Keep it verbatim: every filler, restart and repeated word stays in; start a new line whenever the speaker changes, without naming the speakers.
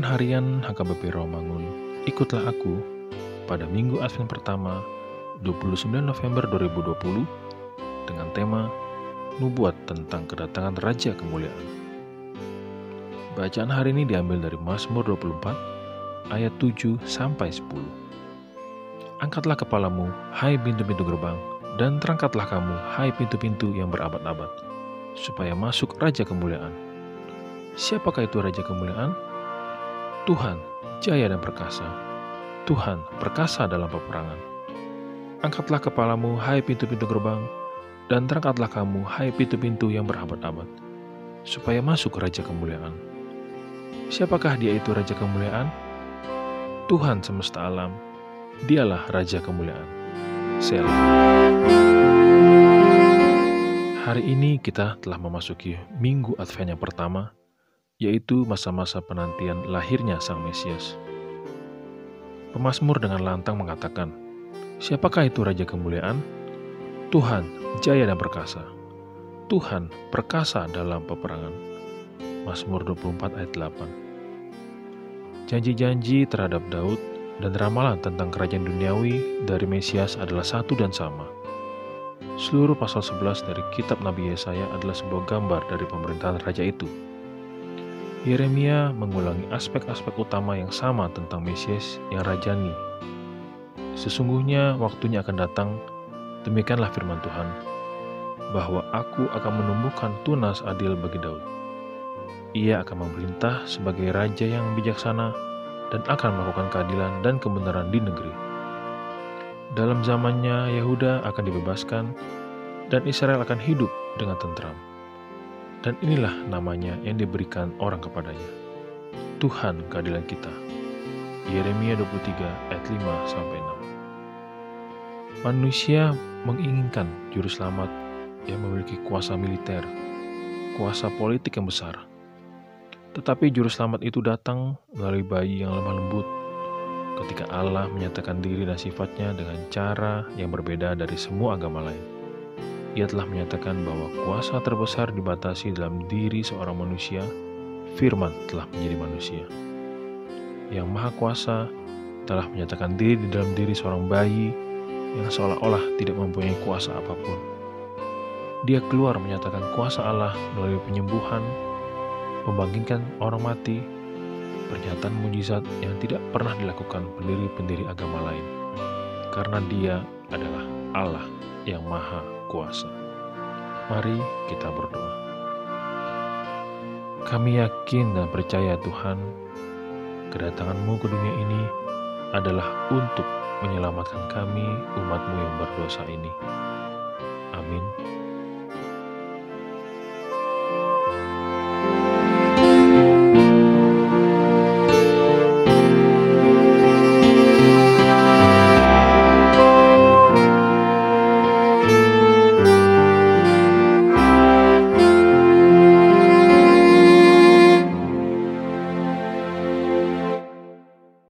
Renungan Harian H K B P Rawamangun, ikutlah aku pada Minggu Advent pertama dua puluh sembilan November dua ribu dua puluh dengan tema Nubuat tentang kedatangan Raja Kemuliaan. Bacaan hari ini diambil dari Mazmur dua puluh empat ayat tujuh sampai sepuluh. Angkatlah kepalamu, hai pintu-pintu gerbang, dan terangkatlah kamu, hai pintu-pintu yang berabad-abad, supaya masuk Raja Kemuliaan. Siapakah itu Raja Kemuliaan? Tuhan, jaya dan perkasa. Tuhan, perkasa dalam peperangan. Angkatlah kepalamu, hai pintu-pintu gerbang, dan terangkatlah kamu, hai pintu-pintu yang berabad-abad, supaya masuk Raja Kemuliaan. Siapakah dia itu Raja Kemuliaan? Tuhan semesta alam, dialah Raja Kemuliaan. Selah. Hari ini kita telah memasuki Minggu Advent yang pertama, yaitu masa-masa penantian lahirnya Sang Mesias. Pemazmur dengan lantang mengatakan, siapakah itu Raja Kemuliaan? Tuhan, jaya dan perkasa. Tuhan, perkasa dalam peperangan. Mazmur dua puluh empat ayat delapan. Janji-janji terhadap Daud dan ramalan tentang kerajaan duniawi dari Mesias adalah satu dan sama. Seluruh pasal sebelas dari kitab Nabi Yesaya adalah sebuah gambar dari pemerintahan raja itu. Yeremia mengulangi aspek-aspek utama yang sama tentang Mesias yang rajani. Sesungguhnya waktunya akan datang, demikianlah firman Tuhan, bahwa aku akan menumbuhkan tunas adil bagi Daud. Ia akan memerintah sebagai raja yang bijaksana dan akan melakukan keadilan dan kebenaran di negeri. Dalam zamannya Yehuda akan dibebaskan dan Israel akan hidup dengan tentram. Dan inilah namanya yang diberikan orang kepadanya, Tuhan keadilan kita. Yeremia dua puluh tiga ayat lima sampai enam. Manusia menginginkan juru selamat yang memiliki kuasa militer, kuasa politik yang besar. Tetapi juru selamat itu datang melalui bayi yang lemah lembut, ketika Allah menyatakan diri dan sifatnya dengan cara yang berbeda dari semua agama lain. Ia telah menyatakan bahwa kuasa terbesar dibatasi dalam diri seorang manusia, firman telah menjadi manusia. Yang Maha Kuasa telah menyatakan diri di dalam diri seorang bayi yang seolah-olah tidak mempunyai kuasa apapun. Dia keluar menyatakan kuasa Allah melalui penyembuhan, membangkitkan orang mati, pernyataan mujizat yang tidak pernah dilakukan pendiri-pendiri agama lain. Karena dia adalah Allah yang Maha Kuasa. Mari kita berdoa. Kami yakin dan percaya Tuhan, kedatangan-Mu ke dunia ini adalah untuk menyelamatkan kami, umat-Mu yang berdosa ini. Amin.